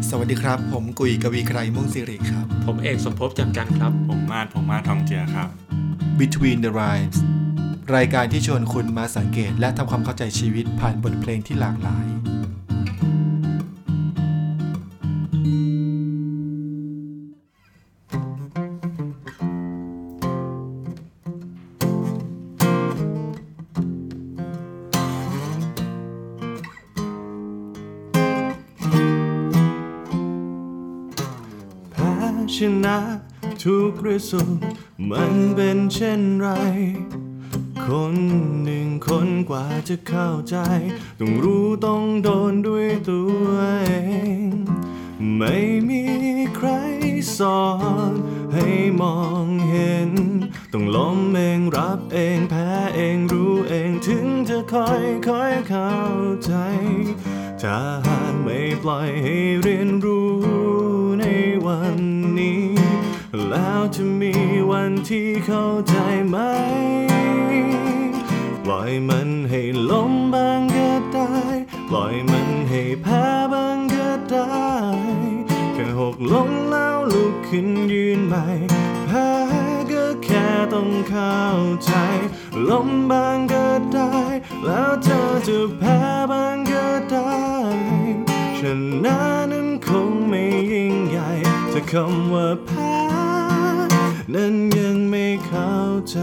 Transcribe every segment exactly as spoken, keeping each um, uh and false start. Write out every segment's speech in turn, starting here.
สวัสดีครับผมกุยกวีไกรม่วงสิริครับผมเอกสมภพจำจันทร์ครับผมมาดผมมาดทองเจือครับ Between the Rhymes รายการที่ชวนคุณมาสังเกตและทำความเข้าใจชีวิตผ่านบทเพลงที่หลากหลายชนะทุกเรื่องสุดมันเป็นเช่นไรคนหนึ่งคนกว่าจะเข้าใจต้องรู้ต้องโดนด้วยตัวเองไม่มีใครสอนให้มองเห็นต้องล้มเองรับเองแพ้เองรู้เองถึงจะค่อยค่อยเข้าใจถ้าหากไม่ปล่อยให้เรียนรู้ในวันนี้แล้วจะมีวันที่เข้าใจไหมปล่อยมันให้ล้มบ้างก็ได้ปล่อยมันให้แพ้บ้างก็ได้แค่หกล้มแล้วลุกขึ้นยืนใหม่แพ้ก็แค่ต้องเข้าใจล้มบ้างก็ได้แล้วเธอจะแพ้บ้างก็ได้ชนะนั้นคงไม่ยิ่งใหญ่แต่คำว่าแพ้นั้นยังไม่เข้าใจ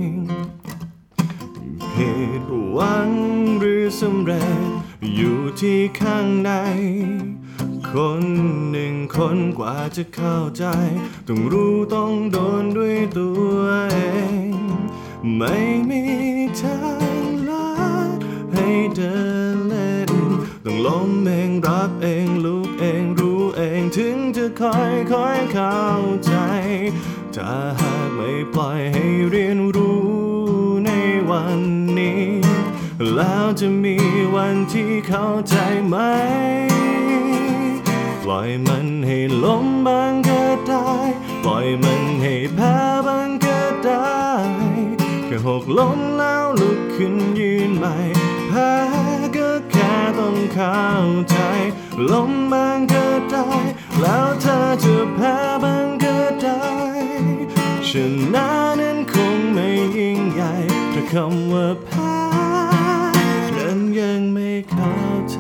ผิดหวังหรือสำเร็จอยู่ที่ข้างในคนหนึ่งคนกว่าจะเข้าใจต้องรู้ต้องโดนด้วยตัวเองไม่มีทางลัดให้เดินเล่นต้องล้มเองรับเองลุกเองรู้เองถึงจะค่อยค่อยเข้าใจถ้าหากไม่ปล่อยให้เรียนรู้ในวันนี้แล้วจะมีวันที่เข้าใจไหมปล่อยมันให้ล้มบ้างก็ได้ปล่อยมันให้แพ้บ้างก็ได้แค่หกล้มแล้วลุกขึ้นยืนใหม่แพ้ก็แค่ต้องเข้าใจล้มบ้างก็ได้แล้วเธอจะแพ้บ้างก็ได้ชนะนั้นคงไม่ยิ่งใหญ่แต่คำว่าแพ้นั้นยังไม่เข้าใจ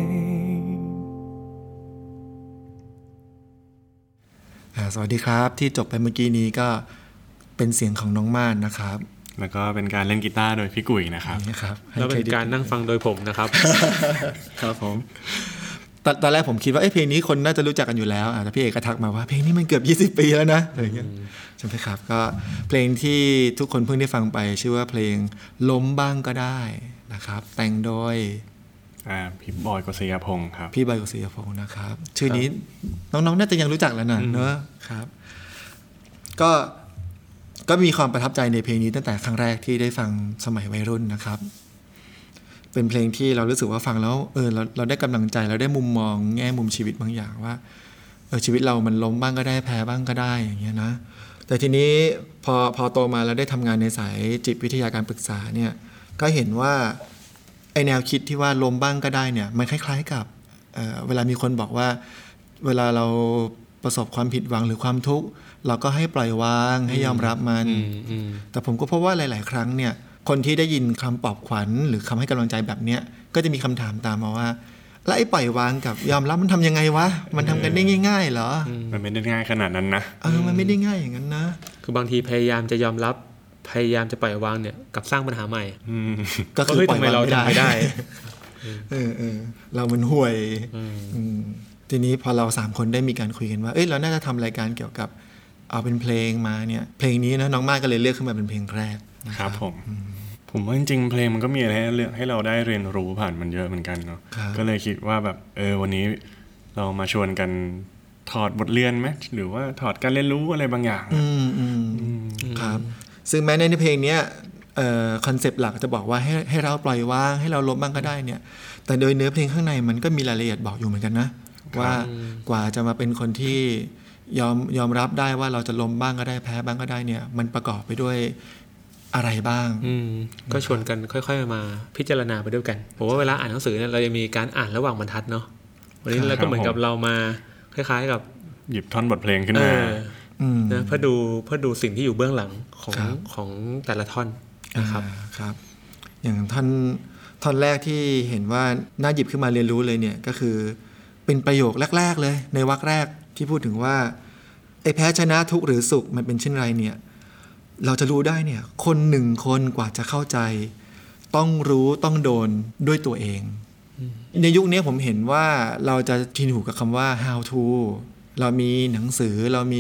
สวัสดีครับที่จบไปเมื่อกี้นี้ก็เป็นเสียงของน้องม่านนะครับแล้วก็เป็นการเล่นกีตาร์โดยพี่กุ๋ยนะครับนะครับแล้วเป็นการนั่งฟังโดยผมนะครับครับผมต, ตอนแรกผมคิดว่าเอ้เพลงนี้คนน่าจะรู้จักกันอยู่แล้วแต่พี่เอกก็ทักมาว่าเพลงนี้มันเกือบยี่สิบปีแล้วนะอะไรเงี้ยใช่ไหมครับก็เพลงที่ทุกคนเพิ่งได้ฟังไปชื่อว่าเพลงล้มบ้างก็ได้นะครับแต่งโดยอ่าพี่บอยกฤษยพงศ์ครับพี่บอยกฤษยพงศ์นะครับชื่อนี้น้องๆน่าจะยังรู้จักแล้วนะเนอะครับก็ก็มีความประทับใจในเพลงนี้ตั้งแต่ครั้งแรกที่ได้ฟังสมัยวัยรุ่นนะครับเป็นเพลงที่เรารู้สึกว่าฟังแล้วเออเราเราได้กำลังใจเราได้มุมมองแง่มุมชีวิตบางอย่างว่าเออชีวิตเรามันล้มบ้างก็ได้แพ้บ้างก็ได้อย่างเงี้ยนะแต่ทีนี้พอพอโตมาแล้วได้ทำงานในสายจิตวิทยาการปรึกษาเนี่ยก็เห็นว่าไอแนวคิดที่ว่าล้มบ้างก็ได้เนี่ยมันคล้ายๆกับ เ, เวลามีคนบอกว่าเวลาเราประสบความผิดหวังหรือความทุกข์เราก็ให้ปล่อยวางให้ยอมรับมันแต่ผมก็พบว่าหลายๆครั้งเนี่ยคนที่ได้ยินคำปลอบขวัญหรือคำให้กำลังใจแบบเนี้ยก็จะมีคำถามตามมาว่าแล้วไอ้ปล่อยวางกับยอมรับมันทำยังไงวะมันทำกันได้ง่ายๆเหรอมันไม่ได้ง่ายขนาดนั้นนะเออมันไม่ได้ง่ายอย่างนั้นนะคือบางทีพยายามจะยอมรับพยายามจะปล่อยวางเนี่ยกับสร้างปัญหาใหม่ก็คือปล่อยวางไม่ได้ไม่ได้เออเออเรามันห่วยทีนี้พอเราสามคนได้มีการคุยกันว่าเอ้ยเราน่าจะทำรายการเกี่ยวกับเอาเป็นเพลงมาเนี่ยเพลงนี้นะน้องมากก็เลยเลือกขึ้นมาเป็นเพลงแรกครับผมผมว่าจริงๆเพลงมันก็มีอะไรให้เลือกให้เราได้เรียนรู้ผ่านมันเยอะเหมือนกันเนาะก็เลยคิดว่าแบบเออวันนี้เรามาชวนกันถอดบทเรียนไหมหรือว่าถอดการเรียนรู้อะไรบางอย่างอืมอืมครับซึ่งแม้ในเพลงนี้เอ่อคอนเซปต์หลักจะบอกว่าให้ให้เราปล่อยวางให้เราล้มบ้างก็ได้เนี่ยแต่โดยเนื้อเพลงข้างในมันก็มีรายละเอียดบอกอยู่เหมือนกันนะว่ากว่าจะมาเป็นคนที่ยอมยอมรับได้ว่าเราจะล้มบ้างก็ได้แพ้บ้างก็ได้เนี่ยมันประกอบไปด้วยอะไรบ้างก็ชวนกันค่อยๆมาพิจารณาไปด้วยกันผมว่าเวลาอ่านหนังสือเนี่ยเราจะมีการอ่านระหว่างบรรทัดเนาะวันนี้เราก็เหมือนกับเรามาคล้ายๆกับหยิบท่อนบทเพลงขึ้นมานะเพื่อดูเพื่อดูสิ่งที่อยู่เบื้องหลังของของแต่ละท่อนนะครับครับอย่างท่อนท่อนแรกที่เห็นว่าน่าหยิบขึ้นมาเรียนรู้เลยเนี่ยก็คือเป็นประโยคแรกๆเลยในวรรคแรกที่พูดถึงว่าไอ้แพ้ชนะทุกข์หรือสุขมันเป็นเช่นไรเนี่ยเราจะรู้ได้เนี่ยคนหนึ่งคนกว่าจะเข้าใจต้องรู้ต้องโดนด้วยตัวเองในยุคนี้ผมเห็นว่าเราจะชินหูกับคำว่า how to เรามีหนังสือเรามี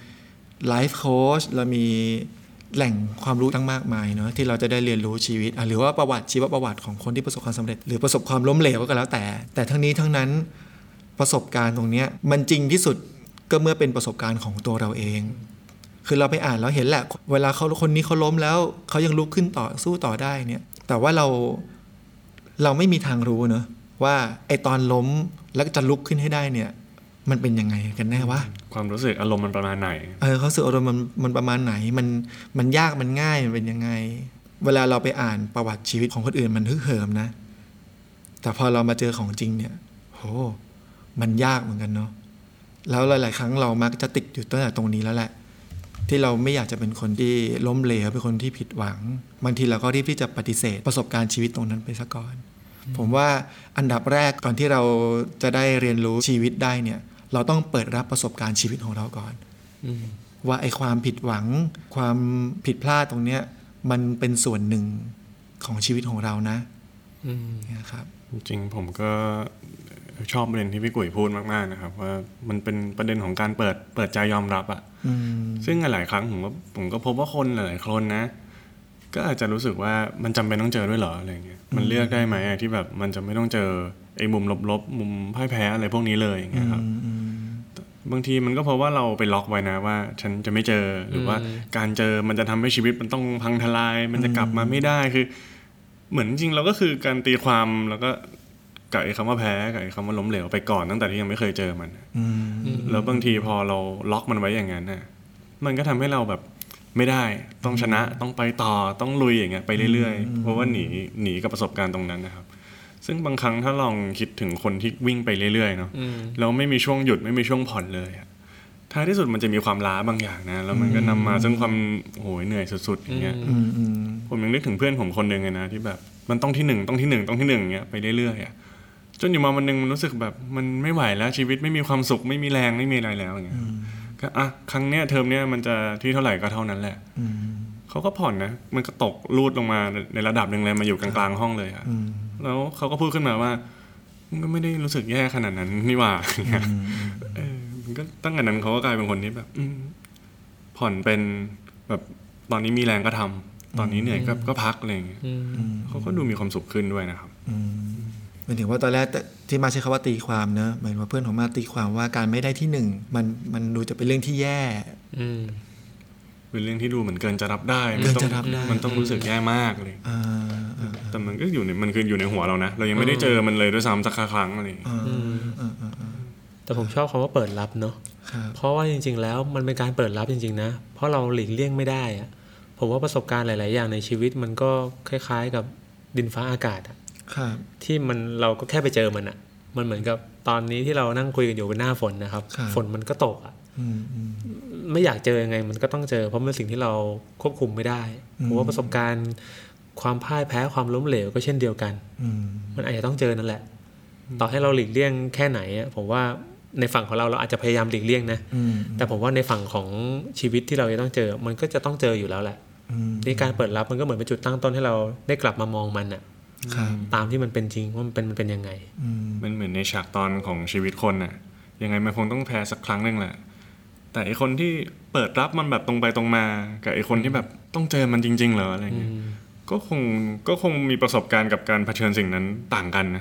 life coach เรามีแหล่งความรู้ตั้งมากมายเนาะที่เราจะได้เรียนรู้ชีวิตหรือว่าประวัติชีวประวัติของคนที่ประสบความสำเร็จหรือประสบความล้มเหลวก็แล้วแต่แต่ทั้งนี้ทั้งนั้นประสบการณ์ตรงนี้มันจริงที่สุดก็เมื่อเป็นประสบการณ์ของตัวเราเองคือเราไปอ่านแล้วเห็นแหละเวลาเขาคนนี้เขาล้มแล้วเขายังลุกขึ้นต่อสู้ต่อได้เนี่ยแต่ว่าเราเราไม่มีทางรู้เนอะว่าไอตอนล้มแล้วจะลุกขึ้นให้ได้เนี่ยมันเป็นยังไงกันแน่วะความรู้สึกอารมณ์มันประมาณไหนเออเขาสึกอารมณ์มันมันประมาณไหนมันมันยากมันง่ายมันเป็นยังไงเวลาเราไปอ่านประวัติชีวิตของคนอื่นมันฮึกเหิมนะแต่พอเรามาเจอของจริงเนี่ยโหมันยากเหมือนกันเนาะแล้วหลายๆครั้งเรามักจะติดอยู่ตั้งแต่ตรงนี้แล้วแหละที่เราไม่อยากจะเป็นคนที่ล้มเหลวเป็นคนที่ผิดหวังบางทีเราก็รีบที่จะปฏิเสธประสบการณ์ชีวิตตรงนั้นไปซะก่อนผมว่าอันดับแรกก่อนที่เราจะได้เรียนรู้ชีวิตได้เนี่ยเราต้องเปิดรับประสบการณ์ชีวิตของเราก่อนว่าไอ้ความผิดหวังความผิดพลาดตรงเนี้ยมันเป็นส่วนหนึ่งของชีวิตของเรานะนะครับจริงๆผมก็ชอบประเด็นที่พี่กุ้ยพูดมากๆนะครับว่ามันเป็นประเด็นของการเปิดเปิดใจยอมรับอ่ะซึ่งหลายครั้งผมก็ผมก็พบว่าคนหลายๆคนนะก็อาจจะรู้สึกว่ามันจำเป็นต้องเจอด้วยเหรออะไรเงี้ยมันเลือกได้ไหมที่แบบมันจะไม่ต้องเจอไอ้มุมลบๆมุมพ่ายแพ้อะไรพวกนี้เลยอย่างเงี้ยครับบางทีมันก็เพราะว่าเราไปล็อกไว้นะว่าฉันจะไม่เจอหรือว่าการเจอมันจะทำให้ชีวิตมันต้องพังทลายมันจะกลับมาไม่ได้คือเหมือนจริงเราก็คือการตีความแล้วก็กับไอ้คำว่าแพ้กับไอ้คำว่าล้มเหลวไปก่อนตั้งแต่ที่ยังไม่เคยเจอมันแล้วบางทีพอเราล็อกมันไว้อย่างนั้นน่ะมันก็ทำให้เราแบบไม่ได้ต้องชนะต้องไปต่อต้องลุยอย่างเงี้ยไปเรื่อยๆเพราะว่าหนีหนีกับประสบการณ์ตรงนั้นนะครับซึ่งบางครั้งถ้าลองคิดถึงคนที่วิ่งไปเรื่อยๆเนาะแล้วไม่มีช่วงหยุดไม่มีช่วงผ่อนเลยอะท้ายที่สุดมันจะมีความล้าบางอย่างนะแล้วมันก็นำมาซึ่งความโหยเหนื่อยสุดๆอย่างเงี้ยผมยังนึกถึงเพื่อนผมคนนึงเลยนะที่แบบมันต้องที่หนึ่งต้องที่หนึ่งต้องที่หนึ่งเงี้ยไปเรื่อยๆอะจนอยู่มาวันนึงมันรู้สึกแบบมันไม่ไหวแล้วชีวิตไม่มีความสุขไม่มีแรงไม่มีอะไรแล้วอย่างเงี้ยก็อ่ะครั้งเนี้ยเทอมเนี้ยมันจะที่เท่าไหร่ก็เท่านั้นแหละเขาก็ผ่อนนะมันก็ตกลูดลงมาในระดับนึงเลยมาอยู่กลางๆห้องเลยอะแล้วเขาก็พูดขึ้นมาว่ามันก็ไม่ได้รู้สึกแย่ขนาดนั้นนี่หว่าเออมันก็ตั้งแต่นั้นเขาก็กลายเป็นคนที่แบบผ่อนเป็นแบบตอนนี้มีแรงก็ทำตอนนี้เหนื่อยก็ก็พักอะไรอย่างเงี้ยเขาก็ดูมีความสุขขึ้นด้วยนะครับหมายถึงว่าตอนแรกที่มาใช้คำว่าตีความเนอะหมายถึงว่าเพื่อนของมาตีความว่าการไม่ได้ที่หนึ่งมันมันดูจะเป็นเรื่องที่แย่เป็นเรื่องที่ดูเหมือนเกินจะรับได้เกินจะรับได้มันต้องรู้สึกแย่มากเลยแต่มันก็อยู่ในมันคืออยู่ในหัวเรานะเรายังไม่ได้เจอมันเลยด้วยซ้ำสักครั้งอะไรแต่ผมชอบคำว่าเปิดรับเนาะเพราะว่าจริงๆแล้วมันเป็นการเปิดรับจริงๆนะเพราะเราหลีกเลี่ยงไม่ได้อะผมว่าประสบการณ์หลายๆอย่างในชีวิตมันก็คล้ายๆกับดินฟ้าอากาศอะที่มันเราก็แค่ไปเจอมันอะมันเหมือนกับตอนนี้ที่เรานั่งคุยกันอยู่เป็นหน้าฝนนะครับฝนมันก็ตกอะไม่อยากเจอยังไงมันก็ต้องเจอเพราะมันเป็นสิ่งที่เราควบคุมไม่ได้ผมว่าประสบการณ์ความพ่ายแพ้ความล้มเหลวก็เช่นเดียวกันมันอาจจะต้องเจอนั่นแหละต่อให้เราหลีกเลี่ยงแค่ไหนผมว่าในฝั่งของเราเราอาจจะพยายามหลีกเลี่ยงนะแต่ผมว่าในฝั่งของชีวิตที่เราจะต้องเจอมันก็จะต้องเจออยู่แล้วแหละในการเปิดรับมันก็เหมือนเป็นจุดตั้งต้นให้เราได้กลับมามองมันอะตามที่มันเป็นจริงว่ามันเป็นมันเป็นยังไงมันเหมือนในฉากตอนของชีวิตคนน่ะยังไงมันคงต้องแพ้สักครั้งนึงแหละแต่ไอคนที่เปิดรับมันแบบตรงไปตรงมากับไอคนที่แบบต้องเจอมันจริงๆเหรออะไรเงี้ยก็คงก็คงมีประสบการณ์กับการเผชิญสิ่งนั้นต่างกัน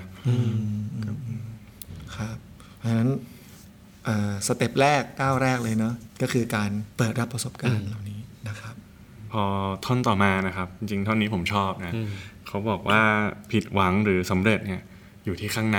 นะครับเพราะฉะนั้นสเต็ปแรกก้าวแรกเลยเนาะก็คือการเปิดรับประสบการณ์เหล่านี้นะครับพอท่อนต่อมานะครับจริงๆท่อนนี้ผมชอบนะเขาบอกว่าผิดหวังหรือสำเร็จเนี่ยอยู่ที่ข้างใน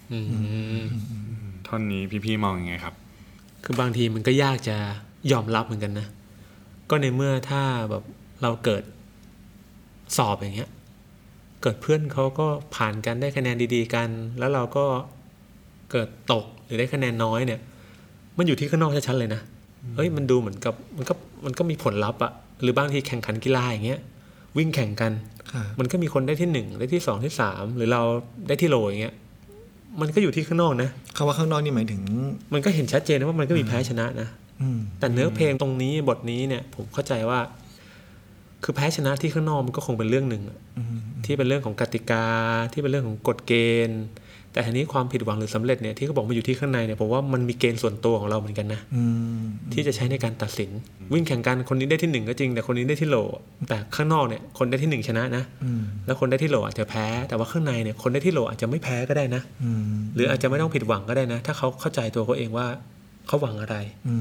ท่อนนี้พี่ๆมองยังไงครับคือบางทีมันก็ยากจะยอมรับเหมือนกันนะก็ในเมื่อถ้าแบบเราเกิดสอบอย่างเงี้ยเกิดเพื่อนเขาก็ผ่านกันได้คะแนนดีๆกันแล้วเราก็เกิดตกหรือได้คะแนนน้อยเนี่ยมันอยู่ที่ข้างนอกชัดๆเลยนะเอ้ยมันดูเหมือนกับมันก็มันก็มีผลลัพธ์อะหรือบางทีแข่งขันกีฬาอย่างเงี้ยวิ่งแข่งกันมันก็มีคนได้ที่หนึ่งได้ที่สองที่สามหรือเราได้ที่โหลอย่างเงี้ยมันก็อยู่ที่ข้างนอกนะคำว่าข้างนอกนี่หมายถึงมันก็เห็นชัดเจนนะว่ามันก็มีแพ้ชนะนะแต่เนื้อเพลงตรงนี้บทนี้เนี่ยผมเข้าใจว่าคือแพ้ชนะที่ข้างนอกมันก็คงเป็นเรื่องหนึ่งที่เป็นเรื่องของกติกาที่เป็นเรื่องของกฎเกณฑ์แต่ทีนี้ความผิดหวังหรือสำเร็จเนี่ยที่เขาบอกมาอยู่ที่ข้างในเนี่ยผมว่ามันมีเกณฑ์ส่วนตัวของเราเหมือนกันนะที่จะใช้ในการตัดสินวิ่งแข่งกันคนนี้ได้ที่หนึ่งก็จริงแต่คนนี้ได้ที่โหลแต่ข้างนอกเนี่ยคนได้ที่หนึ่งชนะนะแล้วคนได้ที่โหลอาจจะแพ้แต่ว่าข้างในเนี่ยคนได้ที่โหลอาจจะไม่แพ้ก็ได้นะหรืออาจจะไม่ต้องผิดหวังก็ได้นะถ้าเขาเข้าใจตัวเขาเองว่าเขาหวังอะไร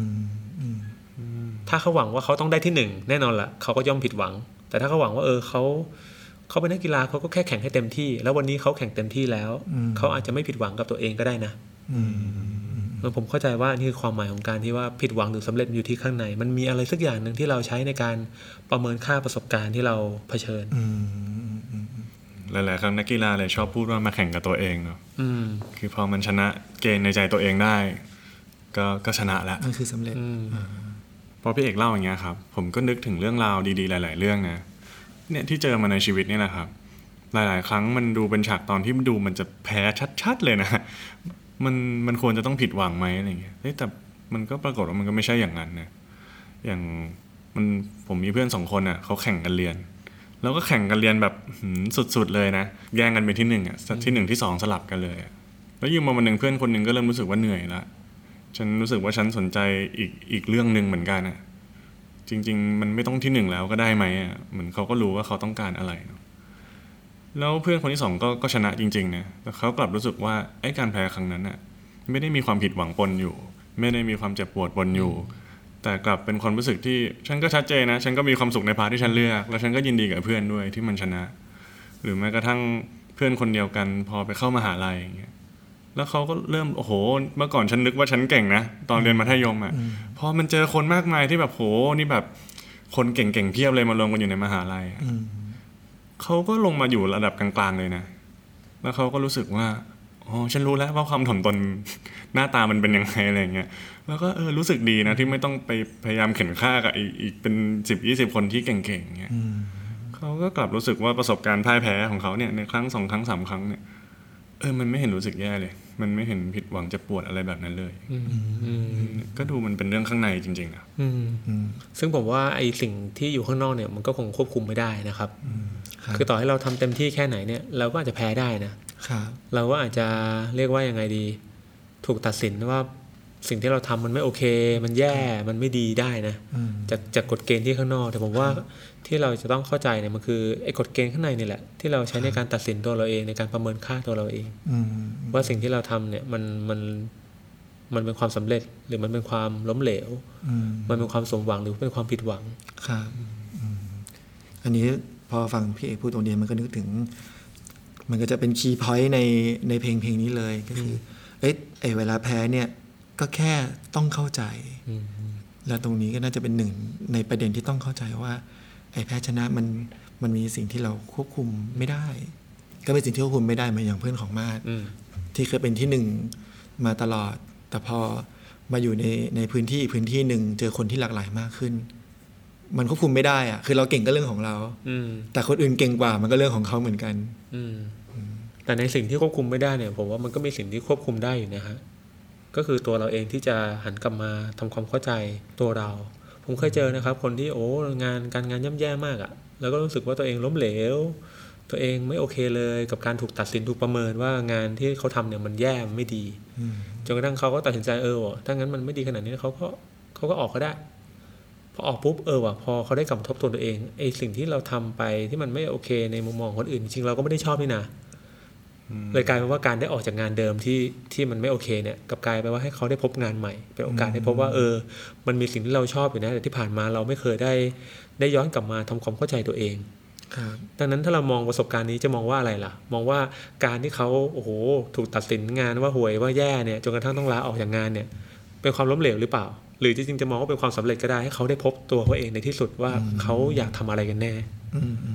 ถ้าเขาหวังว่าเขาต้องได้ที่หนึ่งแน่นอนละเขาก็ย่อมผิดหวังแต่ถ้าเขาหวังว่าเออเขาเขาเป็นนักกีฬาเขาก็แค่แข่งให้เต็มที่แล้ววันนี้เขาแข่งเต็มที่แล้วเขาอาจจะไม่ผิดหวังกับตัวเองก็ได้นะผมเข้าใจว่านี่คือความหมายของการที่ว่าผิดหวังหรือสำเร็จอยู่ที่ข้างในมันมีอะไรสักอย่างนึงที่เราใช้ในการประเมินค่าประสบการณ์ที่เราเผชิญหลายๆครั้งนักกีฬาเลยชอบพูดว่ามาแข่งกับตัวเองเนาะคือพอมันชนะเกณฑ์ในใจตัวเองได้ก็ก็ชนะแล้วนั่นคือสำเร็จพอพี่เอกเล่าอย่างเงี้ยครับผมก็นึกถึงเรื่องราวดีๆหลายๆเรื่องนะเนี่ยที่เจอมาในชีวิตนี่แหละครับหลายๆครั้งมันดูเป็นฉากตอนที่มันดูมันจะแพ้ชัดๆเลยนะมันมันควรจะต้องผิดหวังไหมอะไรเงี้ยแต่มันก็ปรากฏว่ามันก็ไม่ใช่อย่างนั้นนะอย่างมันผมมีเพื่อนสองคนอ่ะเขาแข่งกันเรียนแล้วก็แข่งกันเรียนแบบสุดๆเลยนะแย่งกันเป็นที่หนึ่งอ่ะที่หนึ่งที่สองสลับกันเลยแล้วอยู่มาวันหนึ่งเพื่อนคนหนึ่งก็เริ่มรู้สึกว่าเหนื่อยละฉันรู้สึกว่าฉันสนใจอีกอีกเรื่องนึงเหมือนกันอ่ะจริงๆมันไม่ต้องที่หนึ่งแล้วก็ได้ไหมอ่ะเหมือนเขาก็รู้ว่าเขาต้องการอะไรแล้วเพื่อนคนที่สองก็ก็ชนะจริงๆนะแต่เขากลับรู้สึกว่าไอ้การแพ้ครั้งนั้นอ่ะไม่ได้มีความผิดหวังปนอยู่ไม่ได้มีความเจ็บปวดปนอยู่แต่กลับเป็นความรู้สึกที่ฉันก็ชัดเจนนะฉันก็มีความสุขในพาร์ทที่ฉันเลือกแล้วฉันก็ยินดีกับเพื่อนด้วยที่มันชนะหรือแม้กระทั่งเพื่อนคนเดียวกันพอไปเข้ามหาลัยอย่างเงี้ยแล้วเขาก็เริ่มโอ้โหเมื่อก่อนฉันนึกว่าฉันเก่งนะตอนเรียนมัธยมอ่ะพอมันเจอคนมากมายที่แบบโหนี่แบบคนเก่งๆเพียบเลยมารวมกันอยู่ในมหาลัยเขาก็ลงมาอยู่ระดับกลางๆเลยนะแล้วเขาก็รู้สึกว่าอ๋อฉันรู้แล้วว่าความถ่อมตนหน้าตามันเป็นยังไงอะไรเงี้ยแล้วก็เออรู้สึกดีนะที่ไม่ต้องไปพยายามเข็นฆ่ากับอีกเป็นสิบยี่สิบคนที่เก่งๆเงี้ยเขาก็กลับรู้สึกว่าประสบการณ์พ่ายแพ้ของเขาเนี่ยในครั้งสองครั้งสามครั้งเนี่ยเออมันไม่เห็นรู้สึกแย่เลยมันไม่เห็นผิดหวังเจ็บปวดอะไรแบบนั้นเลยก็ดูมันเป็นเรื่องข้างในจริงๆนะซึ่งผมว่าไอ้สิ่งที่อยู่ข้างนอกเนี่ยมันก็คงควบคุมไม่ได้นะครับคือต่อให้เราทำเต็มที่แค่ไหนเนี่ยเราก็อาจจะแพ้ได้นะเราก็อาจจะเรียกว่ายังไงดีถูกตัดสินว่าสิ่งที่เราทำมันไม่โอเคมันแย่มันไม่ดีได้นะจากจากกฎเกณฑ์ที่ข้างนอกแต่ผมว่าที่เราจะต้องเข้าใจเนี่ยมันคือไอ้กฎเกณฑ์ข้างในนี่แหละที่เราใช้ในการตัดสินตัวเราเองในการประเมินค่าตัวเราเองว่าสิ่งที่เราทำเนี่ยมันมันมันเป็นความสำเร็จหรือมันเป็นความล้มเหลวมันเป็นความสมหวังหรือเป็นความผิดหวังครับอันนี้พอฟังพี่เอกพูดตรงนี้มันก็นึกถึงมันก็จะเป็นคีย์พอยต์ในในเพลงเพลงนี้เลยก็คือเอ้ยไอ้เวลาแพ้เนี่ยก็แค่ต้องเข้าใจแล้วตรงนี้ก็น่าจะเป็นหนึ่งในประเด็นที่ต้องเข้าใจว่าไอ้แพ้ชนะมันมันมีสิ่งที่เราควบคุมไม่ได้ก็เป็นสิ่งที่ควบคุมไม่ได้เหมือนอย่างเพื่อนของมาศที่เคยเป็นที่หนึ่งมาตลอดแต่พอมาอยู่ในในพื้นที่พื้นที่หนึ่งเจอคนที่หลากหลายมากขึ้นมันควบคุมไม่ได้อะคือเราเก่งก็เรื่องของเราแต่คนอื่นเก่งกว่ามันก็เรื่องของเขาเหมือนกันแต่ในสิ่งที่ควบคุมไม่ได้เนี่ยผมว่ามันก็มีสิ่งที่ควบคุมได้อยู่นะฮะก็คือตัวเราเองที่จะหันกลับมาทำความเข้าใจตัวเราผมเคยเจอนะครับคนที่โอ้งานการงานย่ำแย่มากอะแล้วก็รู้สึกว่าตัวเองล้มเหลวตัวเองไม่โอเคเลยกับการถูกตัดสินถูกประเมินว่างานที่เขาทำเนี่ยมันแย่มันไม่ดีจนกระทั่งเขาก็ตัดสินใจเออถ้างั้นมันไม่ดีขนาดนี้เขาก็เขาก็ออกก็ได้พอออกปุ๊บเออว่ะพอเขาได้กลับมาทบทวนตัวเองไอ้สิ่งที่เราทำไปที่มันไม่โอเคในมุมมองคนอื่นจริงเราก็ไม่ได้ชอบนี่นะเลยกลายเป็นว่าการได้ออกจากงานเดิมที่ที่มันไม่โอเคเนี่ยกับกลายเป็นว่าให้เขาได้พบงานใหม่เป็นโอกาสได้พบว่าเออมันมีสิ่งที่เราชอบอยู่นะแต่ที่ผ่านมาเราไม่เคยได้ได้ย้อนกลับมาทำความเข้าใจตัวเองดังนั้นถ้าเรามองประสบการณ์นี้จะมองว่าอะไรล่ะมองว่าการที่เขาโอ้โหถูกตัดสินงานว่าห่วยว่าแย่เนี่ยจนกระทั่งต้องลาออกจากงานเนี่ยเป็นความล้มเหลวหรือเปล่าหรือจริงๆจะมองว่าเป็นความสำเร็จก็ได้ให้เขาได้พบตัวเขาเองในที่สุดว่าเขาอยากทำอะไรกันแน่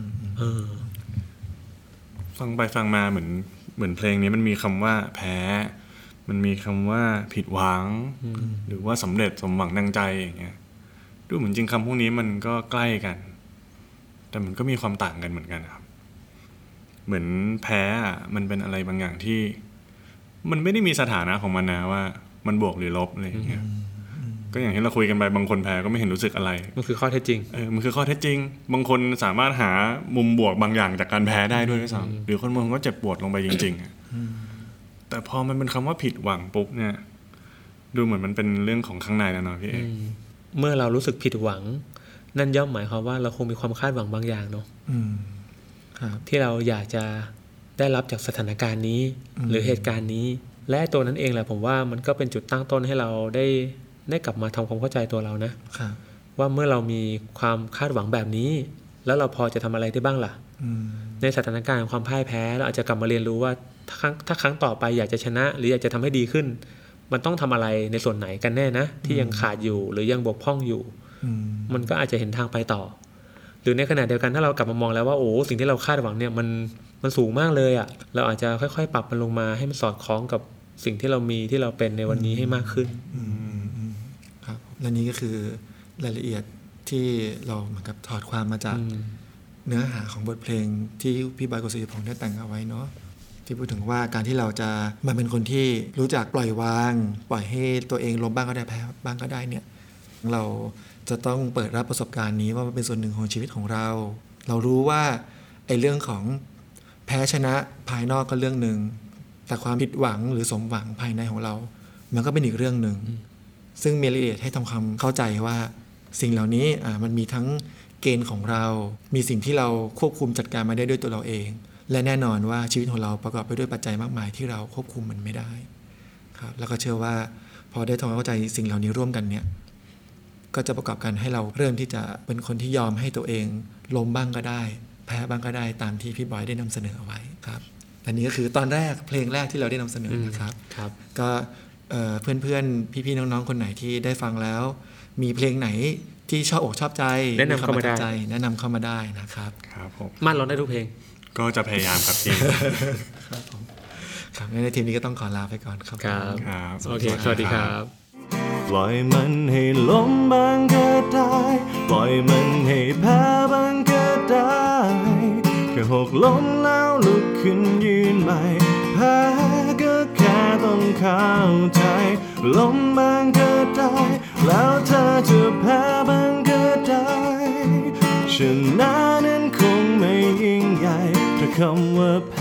ฟังไปฟังมาเหมือนเหมือนเพลงนี้มันมีคำว่าแพ้มันมีคำว่าผิดหวังหรือว่าสำเร็จสมหวังดังใจอย่างเงี้ยดูเหมือนจริงคำพวกนี้มันก็ใกล้กันแต่มันก็มีความต่างกันเหมือนกันครับเหมือนแพ้อะมันเป็นอะไรบางอย่างที่มันไม่ได้มีสถานะของมันนะว่ามันบวกหรือลบอะไรอย่างเงี้ยก็อย่างที่เราคุยกันไปบางคนแพ้ก็ไม่เห็นรู้สึกอะไรมันคือข้อเท็จจริงเออมันคือข้อเท็จจริงบางคนสามารถหามุมบวกบางอย่างจากการแพ้ได้ด้วยด้วยซ้ำหรือคนบางคนก็เจ็บปวดลงไปจริงๆแต่พอมันเป็นคำว่าผิดหวังปุ๊บเนี่ยดูเหมือนมันเป็นเรื่องของข้างในแล้วเนาะพี่เอกเมื่อเรารู้สึกผิดหวังนั่นย่อมหมายความว่าเราคงมีความคาดหวังบางอย่างเนาะที่เราอยากจะได้รับจากสถานการณ์นี้หรือเหตุการณ์นี้และตัวนั้นเองแหละผมว่ามันก็เป็นจุดตั้งต้นให้เราได้ได้กลับมาทำความเข้าใจตัวเรานะว่าเมื่อเรามีความคาดหวังแบบนี้แล้วเราพอจะทำอะไรได้บ้างล่ะในสถานการณ์ของความพ่ายแพ้เราอาจจะกลับมาเรียนรู้ว่าถ้าครั้งถ้าครั้งต่อไปอยากจะชนะหรืออยากจะทำให้ดีขึ้นมันต้องทำอะไรในส่วนไหนกันแน่นะที่ยังขาดอยู่หรือยังบกพร่องอยู่มันก็อาจจะเห็นทางไปต่อหรือในขณะเดียวกันถ้าเรากลับมามองแล้วว่าโอ้สิ่งที่เราคาดหวังเนี่ยมันมันสูงมากเลยอ่ะเราอาจจะค่อยๆปรับมันลงมาให้มันสอดคล้องกับสิ่งที่เรามีที่เราเป็นในวันนี้ให้มากขึ้นครับและนี้ก็คือรายละเอียดที่เราเหมือนกับถอดความมาจากเนื้อหาของบทเพลงที่พี่บอย กฤษณพงษ์ได้แต่งเอาไว้เนาะที่พูดถึงว่าการที่เราจะมาเป็นคนที่รู้จักปล่อยวางปล่อยให้ตัวเองล้มบ้างก็ได้แพ้บ้างก็ได้เนี่ยเราจะต้องเปิดรับประสบการณ์นี้ว่ามันเป็นส่วนหนึ่งของชีวิตของเราเรารู้ว่าไอ้เรื่องของแพ้ชนะภายนอกก็เรื่องนึงแต่ความผิดหวังหรือสมหวังภายในของเรามันก็เป็นอีกเรื่องนึงซึ่งมีรายละเอียดให้ทำความเข้าใจว่าสิ่งเหล่านี้อ่ามันมีทั้งเกณฑ์ของเรามีสิ่งที่เราควบคุมจัดการมาได้ด้วยตัวเราเองและแน่นอนว่าชีวิตของเราประกอบไปด้วยปัจจัยมากมายที่เราควบคุมมันไม่ได้ครับแล้วก็เชื่อว่าพอได้ทำความเข้าใจสิ่งเหล่านี้ร่วมกันเนี่ยก็จะประกอบกันให้เราเริ่มที่จะเป็นคนที่ยอมให้ตัวเองล้มบ้างก็ได้แพ้บ้างก็ได้ตามที่พี่บอยได้นำเสนอเอาไว้ครับอันนี้ก็คือตอนแรกเพลงแรกที่เราได้นำเสนอนะครับครับก็เพื่อนๆพี่ๆน้องๆคนไหนที่ได้ฟังแล้วมีเพลงไหนที่ชอบอกชอบใจแนะนำเข้ามาได้แนะนำเข้ามาได้นะครับครับผมมั่นร้องได้ทุกเพลงก็จะพยายามครับทีมครับผมครับในทีมนี้ก็ต้องขอลาไปก่อนครับครับโอเคสวัสดีครับปล่อยมันให้ล้มบ้างก็ได้ปล่อยมันให้แพ้บ้างก็ได้แค่หกล้มแล้วลุกขึ้นยืนใหม่แพ้ก็แค่ต้องเข้าใจล้มบ้างก็ได้แล้วเธอจะแพ้บ้างก็ได้ชนะนั้นคงไม่ยิ่งใหญ่ถ้าคำว่าแพ้